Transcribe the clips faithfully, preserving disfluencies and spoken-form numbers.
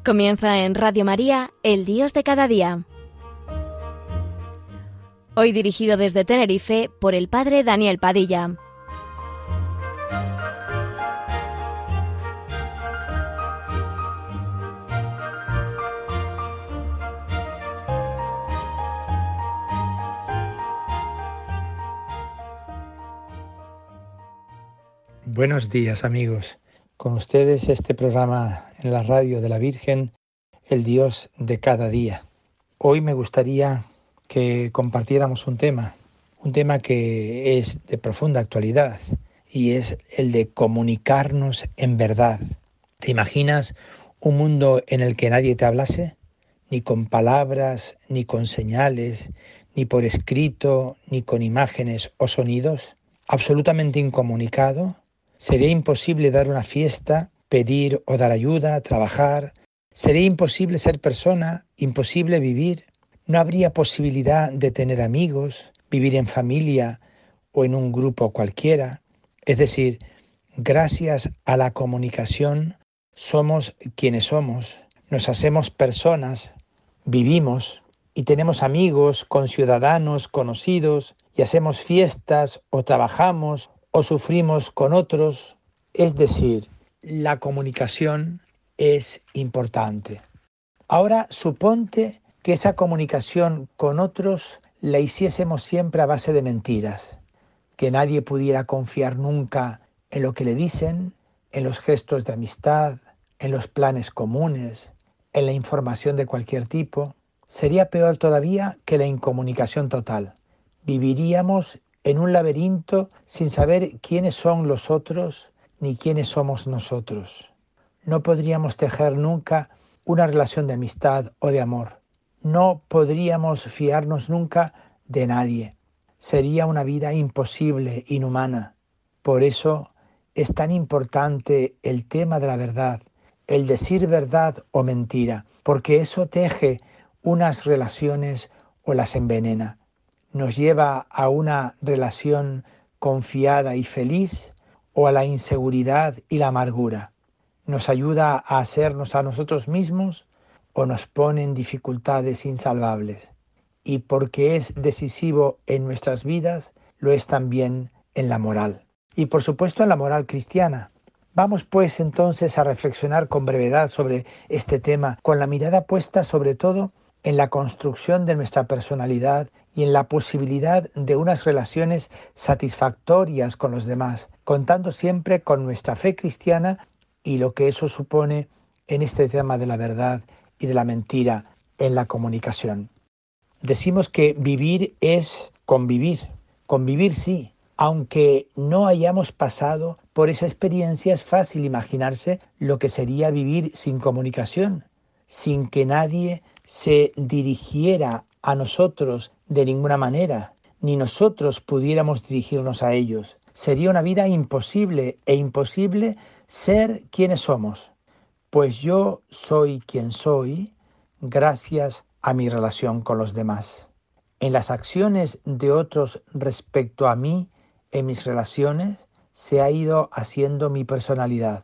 Comienza en Radio María, El Dios de cada día. Hoy dirigido desde Tenerife por el Padre Daniel Padilla. Buenos días, amigos. Con ustedes este programa en la radio de la Virgen, El Dios de cada día. Hoy me gustaría que compartiéramos un tema, un tema que es de profunda actualidad y es el de comunicarnos en verdad. ¿Te imaginas un mundo en el que nadie te hablase? Ni con palabras, ni con señales, ni por escrito, ni con imágenes o sonidos. Absolutamente incomunicado. Sería imposible dar una fiesta, pedir o dar ayuda, trabajar. Sería imposible ser persona, imposible vivir. No habría posibilidad de tener amigos, vivir en familia o en un grupo cualquiera. Es decir, gracias a la comunicación somos quienes somos. Nos hacemos personas, vivimos y tenemos amigos, conciudadanos, conocidos y hacemos fiestas o trabajamos o sufrimos con otros. Es decir, la comunicación es importante. Ahora, suponte que esa comunicación con otros la hiciésemos siempre a base de mentiras, que nadie pudiera confiar nunca en lo que le dicen, en los gestos de amistad, en los planes comunes, en la información de cualquier tipo. Sería peor todavía que la incomunicación total. Viviríamos en un laberinto sin saber quiénes son los otros ni quiénes somos nosotros. No podríamos tejer nunca una relación de amistad o de amor. No podríamos fiarnos nunca de nadie. Sería una vida imposible, inhumana. Por eso es tan importante el tema de la verdad, el decir verdad o mentira, porque eso teje unas relaciones o las envenena. Nos lleva a una relación confiada y feliz o a la inseguridad y la amargura. Nos ayuda a hacernos a nosotros mismos o nos pone en dificultades insalvables. Y porque es decisivo en nuestras vidas, lo es también en la moral. Y por supuesto en la moral cristiana. Vamos pues entonces a reflexionar con brevedad sobre este tema, con la mirada puesta sobre todo en la construcción de nuestra personalidad y en la posibilidad de unas relaciones satisfactorias con los demás, contando siempre con nuestra fe cristiana y lo que eso supone en este tema de la verdad y de la mentira en la comunicación. Decimos que vivir es convivir. Convivir sí, aunque no hayamos pasado por esa experiencia, es fácil imaginarse lo que sería vivir sin comunicación, sin que nadie se dirigiera a nosotros de ninguna manera, ni nosotros pudiéramos dirigirnos a ellos. Sería una vida imposible e imposible ser quienes somos, pues yo soy quien soy gracias a mi relación con los demás. En las acciones de otros respecto a mí, en mis relaciones, se ha ido haciendo mi personalidad.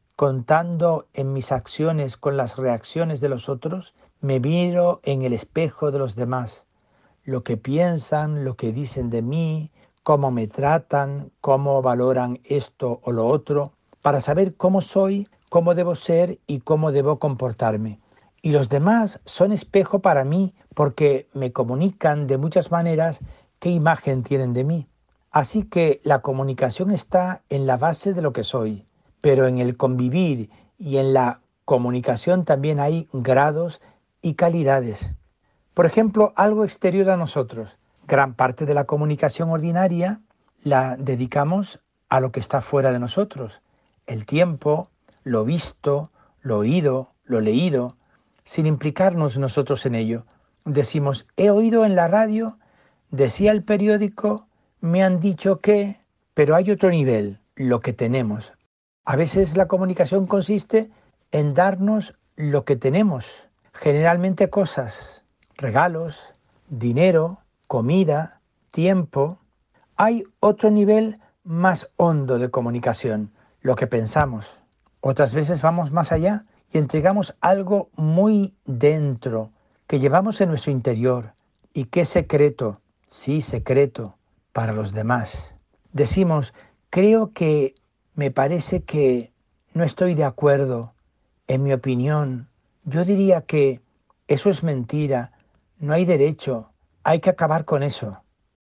Contando en mis acciones con las reacciones de los otros, me miro en el espejo de los demás. Lo que piensan, lo que dicen de mí, cómo me tratan, cómo valoran esto o lo otro, para saber cómo soy, cómo debo ser y cómo debo comportarme. Y los demás son espejo para mí porque me comunican de muchas maneras qué imagen tienen de mí. Así que la comunicación está en la base de lo que soy, pero en el convivir y en la comunicación también hay grados y calidades. Por ejemplo, algo exterior a nosotros. Gran parte de la comunicación ordinaria la dedicamos a lo que está fuera de nosotros. El tiempo, lo visto, lo oído, lo leído, sin implicarnos nosotros en ello. Decimos, he oído en la radio, decía el periódico, me han dicho que... Pero hay otro nivel, lo que tenemos. A veces la comunicación consiste en darnos lo que tenemos, generalmente cosas, regalos, dinero, comida, tiempo. Hay otro nivel más hondo de comunicación, lo que pensamos. Otras veces vamos más allá y entregamos algo muy dentro que llevamos en nuestro interior y que es secreto, sí, secreto para los demás. Decimos, creo que me parece que no estoy de acuerdo, en mi opinión. Yo diría que eso es mentira, no hay derecho, hay que acabar con eso.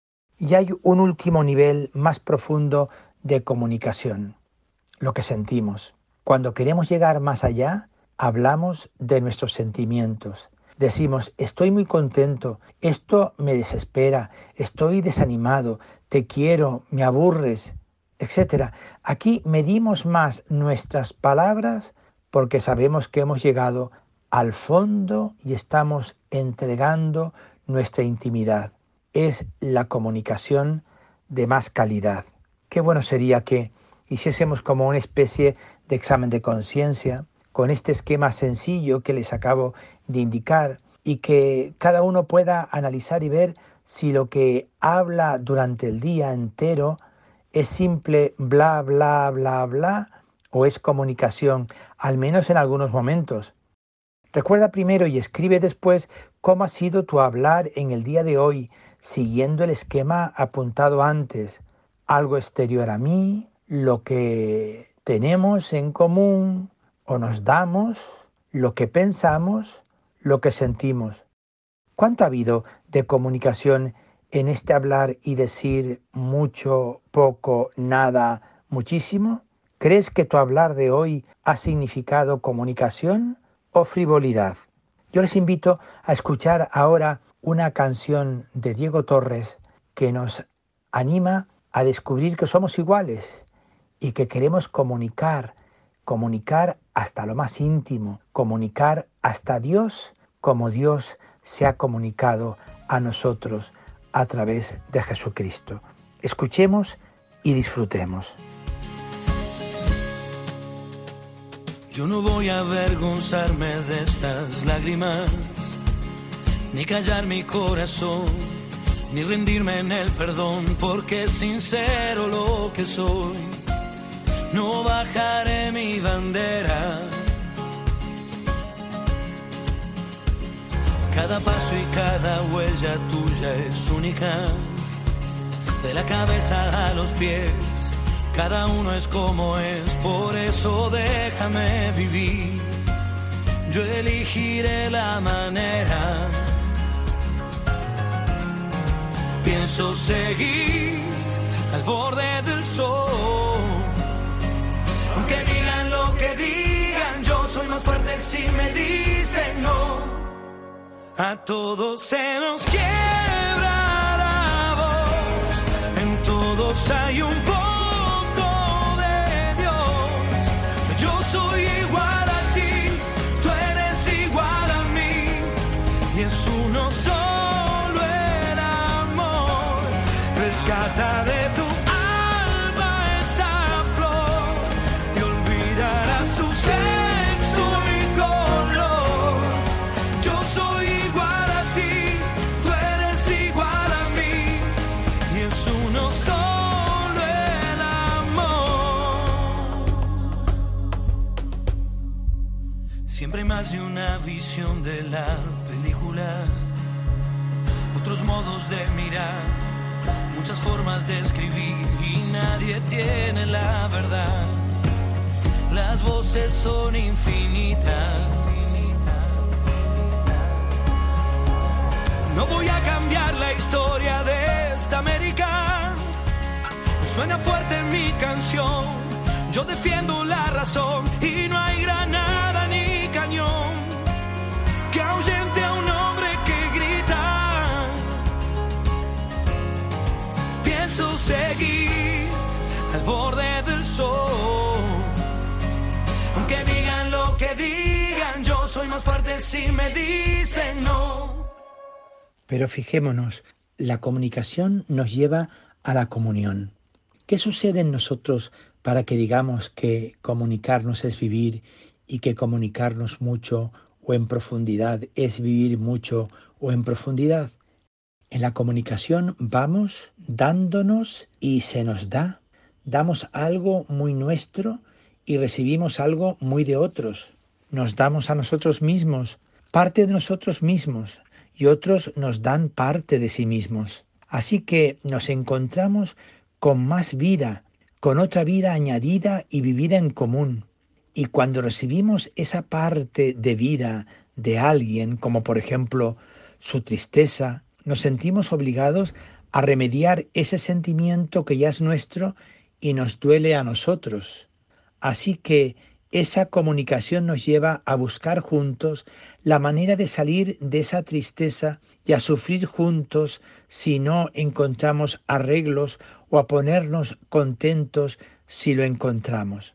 Y hay un último nivel más profundo de comunicación, lo que sentimos. Cuando queremos llegar más allá, hablamos de nuestros sentimientos. Decimos, estoy muy contento, esto me desespera, estoy desanimado, te quiero, me aburres, etcétera. Aquí medimos más nuestras palabras porque sabemos que hemos llegado al fondo y estamos entregando nuestra intimidad. Es la comunicación de más calidad. Qué bueno sería que hiciésemos como una especie de examen de conciencia con este esquema sencillo que les acabo de indicar y que cada uno pueda analizar y ver si lo que habla durante el día entero es simple bla, bla, bla, bla o es comunicación, al menos en algunos momentos. Recuerda primero y escribe después cómo ha sido tu hablar en el día de hoy, siguiendo el esquema apuntado antes. Algo exterior a mí, lo que tenemos en común o nos damos, lo que pensamos, lo que sentimos. ¿Cuánto ha habido de comunicación en este hablar y decir mucho, poco, nada, muchísimo? ¿Crees que tu hablar de hoy ha significado comunicación o frivolidad? Yo les invito a escuchar ahora una canción de Diego Torres que nos anima a descubrir que somos iguales y que queremos comunicar, comunicar hasta lo más íntimo, comunicar hasta Dios como Dios se ha comunicado a nosotros a través de Jesucristo. Escuchemos y disfrutemos. Yo no voy a avergonzarme de estas lágrimas, ni callar mi corazón, ni rendirme en el perdón, porque es sincero lo que soy. No bajaré mi bandera. Cada paso y cada huella tuya es única, de la cabeza a los pies. Cada uno es como es, por eso déjame vivir. Yo elegiré la manera. Pienso seguir al borde del sol. Aunque digan lo que digan, yo soy más fuerte si me dicen no. A todos se nos quiebra la voz, en todos hay un poco. Soy igual a ti, tú eres igual a mí, y es uno solo el amor. Rescata de tu alma esa flor y olvidarás su sexo y color. Yo soy igual a ti, tú eres igual a mí, y es uno solo. Siempre hay más de una visión de la película, otros modos de mirar, muchas formas de escribir y nadie tiene la verdad. Las voces son infinitas. No voy a cambiar la historia de esta América. Suena fuerte mi canción, yo defiendo la razón y no hay granada ni cañón que ahuyente a un hombre que grita. Pienso seguir al borde del sol. Aunque digan lo que digan, yo soy más fuerte si me dicen no. Pero fijémonos, la comunicación nos lleva a la comunión. ¿Qué sucede en nosotros para que digamos que comunicarnos es vivir y que comunicarnos mucho o en profundidad es vivir mucho o en profundidad? En la comunicación vamos dándonos y se nos da. Damos algo muy nuestro y recibimos algo muy de otros. nos damos a nosotros mismos, parte de nosotros mismos, y otros nos dan parte de sí mismos. Así que nos encontramos con más vida, con otra vida añadida y vivida en común. Y cuando recibimos esa parte de vida de alguien, como por ejemplo su tristeza, nos sentimos obligados a remediar ese sentimiento que ya es nuestro y nos duele a nosotros. Así que esa comunicación nos lleva a buscar juntos la manera de salir de esa tristeza y a sufrir juntos si no encontramos arreglos o a ponernos contentos si lo encontramos.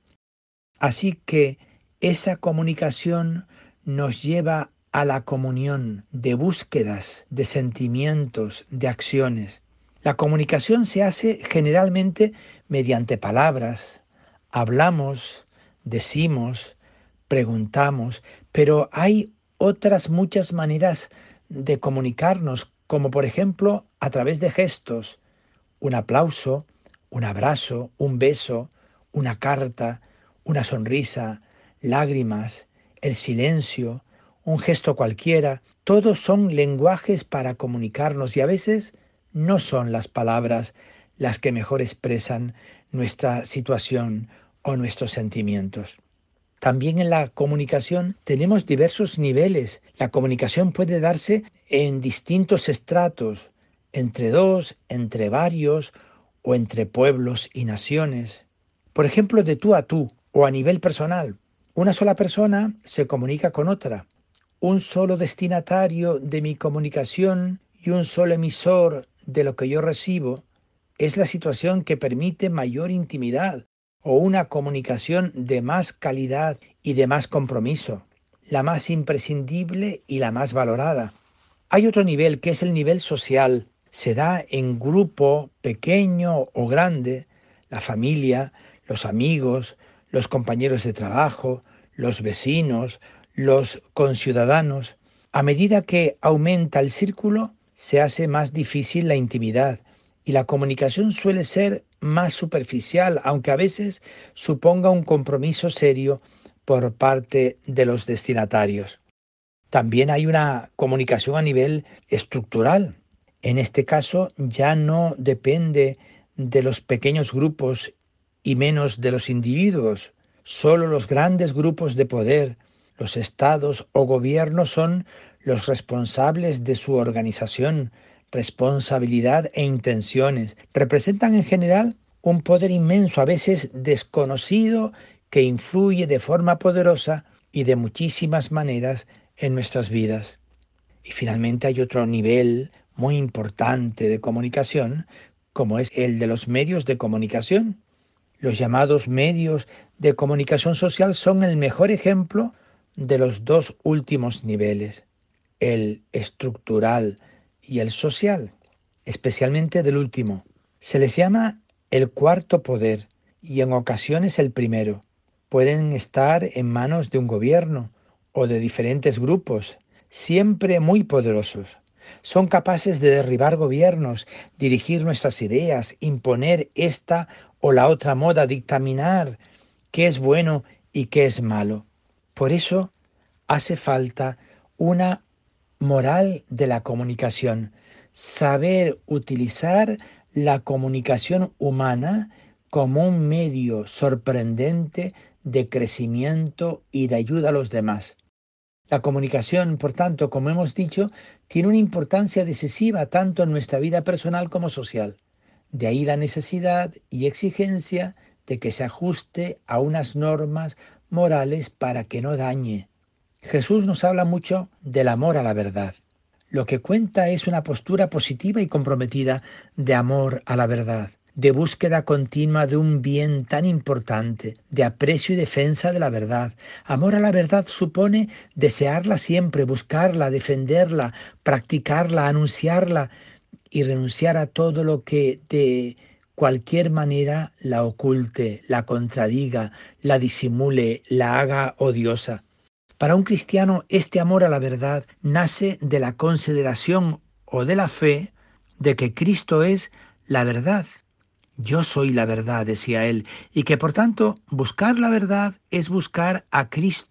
Así que esa comunicación nos lleva a la comunión de búsquedas, de sentimientos, de acciones. La comunicación se hace generalmente mediante palabras. Hablamos, decimos, preguntamos, pero hay otras muchas maneras de comunicarnos, como por ejemplo a través de gestos, un aplauso, un abrazo, un beso, una carta, una sonrisa, lágrimas, el silencio, un gesto cualquiera. Todos son lenguajes para comunicarnos y a veces no son las palabras las que mejor expresan nuestra situación o nuestros sentimientos. También en la comunicación tenemos diversos niveles. La comunicación puede darse en distintos estratos, entre dos, entre varios o entre pueblos y naciones. Por ejemplo, de tú a tú o a nivel personal. Una sola persona se comunica con otra. Un solo destinatario de mi comunicación y un solo emisor de lo que yo recibo es la situación que permite mayor intimidad o una comunicación de más calidad y de más compromiso, la más imprescindible y la más valorada. Hay otro nivel que es el nivel social. Se da en grupo pequeño o grande, la familia, los amigos, los compañeros de trabajo, los vecinos, los conciudadanos. A medida que aumenta el círculo, se hace más difícil la intimidad y la comunicación suele ser más superficial, aunque a veces suponga un compromiso serio por parte de los destinatarios. También hay una comunicación a nivel estructural. En este caso ya no depende de los pequeños grupos y menos de los individuos. Solo los grandes grupos de poder, los estados o gobiernos son los responsables de su organización, responsabilidad e intenciones. Representan en general un poder inmenso, a veces desconocido, que influye de forma poderosa y de muchísimas maneras en nuestras vidas. Y finalmente hay otro nivel muy importante de comunicación, como es el de los medios de comunicación. Los llamados medios de comunicación social son el mejor ejemplo de los dos últimos niveles, el estructural y el social, especialmente del último. Se les llama el cuarto poder y en ocasiones el primero. Pueden estar en manos de un gobierno o de diferentes grupos, siempre muy poderosos. Son capaces de derribar gobiernos, dirigir nuestras ideas, imponer esta o la otra moda, dictaminar qué es bueno y qué es malo. Por eso hace falta una moral de la comunicación, saber utilizar la comunicación humana como un medio sorprendente de crecimiento y de ayuda a los demás. La comunicación, por tanto, como hemos dicho, tiene una importancia decisiva tanto en nuestra vida personal como social. De ahí la necesidad y exigencia de que se ajuste a unas normas morales para que no dañe. Jesús nos habla mucho del amor a la verdad. Lo que cuenta es una postura positiva y comprometida de amor a la verdad, de búsqueda continua de un bien tan importante, de aprecio y defensa de la verdad. Amor a la verdad supone desearla siempre, buscarla, defenderla, practicarla, anunciarla y renunciar a todo lo que de cualquier manera la oculte, la contradiga, la disimule, la haga odiosa. Para un cristiano, este amor a la verdad nace de la consideración o de la fe de que Cristo es la verdad. Yo soy la verdad, decía él, y que por tanto buscar la verdad es buscar a Cristo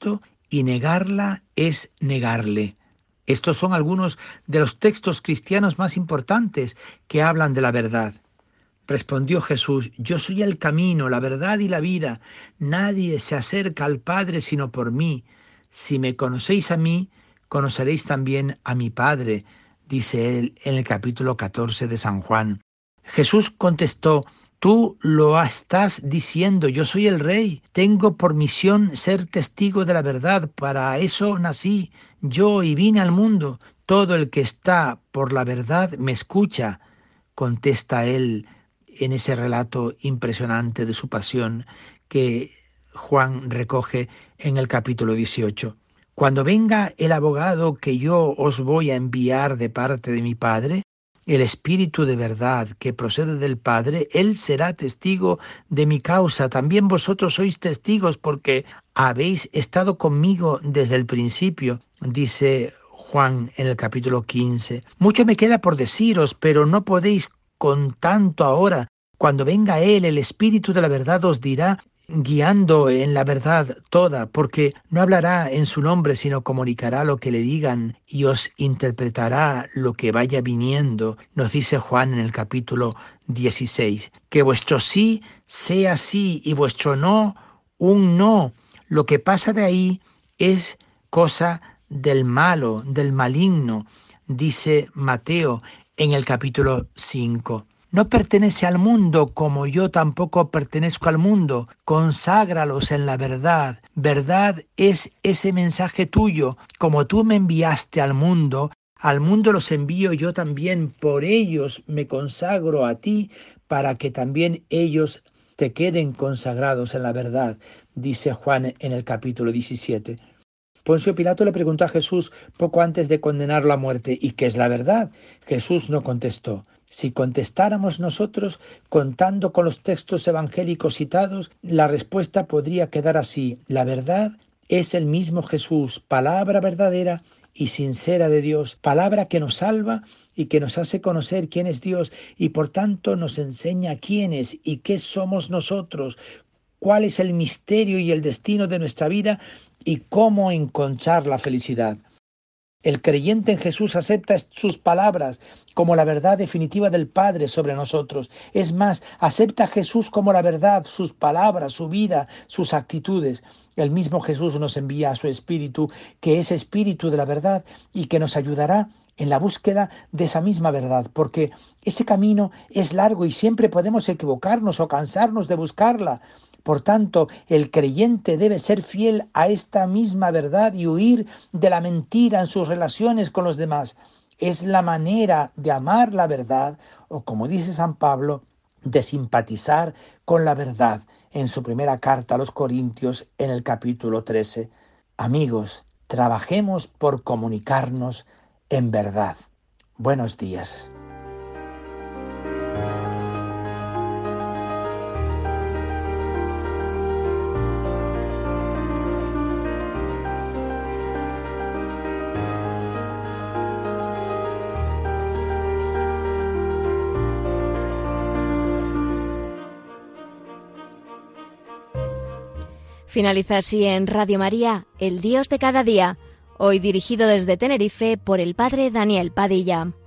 y negarla es negarle. Estos son algunos de los textos cristianos más importantes que hablan de la verdad. Respondió Jesús: yo soy el camino, la verdad y la vida. Nadie se acerca al Padre sino por mí. Si me conocéis a mí, conoceréis también a mi Padre, dice él en el capítulo catorce de San Juan. Jesús contestó: tú lo estás diciendo, yo soy el Rey. Tengo por misión ser testigo de la verdad. Para eso nací yo y vine al mundo. Todo el que está por la verdad me escucha, contesta él en ese relato impresionante de su pasión que Juan recoge en el capítulo dieciocho. Cuando venga el abogado que yo os voy a enviar de parte de mi Padre, el Espíritu de verdad que procede del Padre, Él será testigo de mi causa. También vosotros sois testigos porque habéis estado conmigo desde el principio, dice Juan en el capítulo quince. Mucho me queda por deciros, pero no podéis con tanto ahora. Cuando venga Él, el Espíritu de la verdad os dirá, guiando en la verdad toda, porque no hablará en su nombre, sino comunicará lo que le digan y os interpretará lo que vaya viniendo, nos dice Juan en el capítulo dieciséis. Que vuestro sí sea sí y vuestro no un no. Lo que pasa de ahí es cosa del malo, del maligno, dice Mateo en el capítulo cinco. No pertenece al mundo como yo tampoco pertenezco al mundo. Conságralos en la verdad. Verdad es ese mensaje tuyo. Como tú me enviaste al mundo, al mundo los envío yo también. Por ellos me consagro a ti para que también ellos te queden consagrados en la verdad, dice Juan en el capítulo diecisiete. Poncio Pilato le preguntó a Jesús poco antes de condenarlo a muerte: ¿y qué es la verdad? Jesús no contestó. Si contestáramos nosotros contando con los textos evangélicos citados, la respuesta podría quedar así: la verdad es el mismo Jesús, palabra verdadera y sincera de Dios, palabra que nos salva y que nos hace conocer quién es Dios y por tanto nos enseña quién es y qué somos nosotros, cuál es el misterio y el destino de nuestra vida y cómo encontrar la felicidad. El creyente en Jesús acepta sus palabras como la verdad definitiva del Padre sobre nosotros. Es más, acepta a Jesús como la verdad, sus palabras, su vida, sus actitudes. El mismo Jesús nos envía a su Espíritu, que es Espíritu de la verdad y que nos ayudará en la búsqueda de esa misma verdad, porque ese camino es largo y siempre podemos equivocarnos o cansarnos de buscarla. Por tanto, el creyente debe ser fiel a esta misma verdad y huir de la mentira en sus relaciones con los demás. Es la manera de amar la verdad, o como dice San Pablo, de simpatizar con la verdad en su primera carta a los Corintios en el capítulo trece. Amigos, trabajemos por comunicarnos en verdad. Buenos días. Finaliza así en Radio María, El Dios de cada día, hoy dirigido desde Tenerife por el padre Daniel Padilla.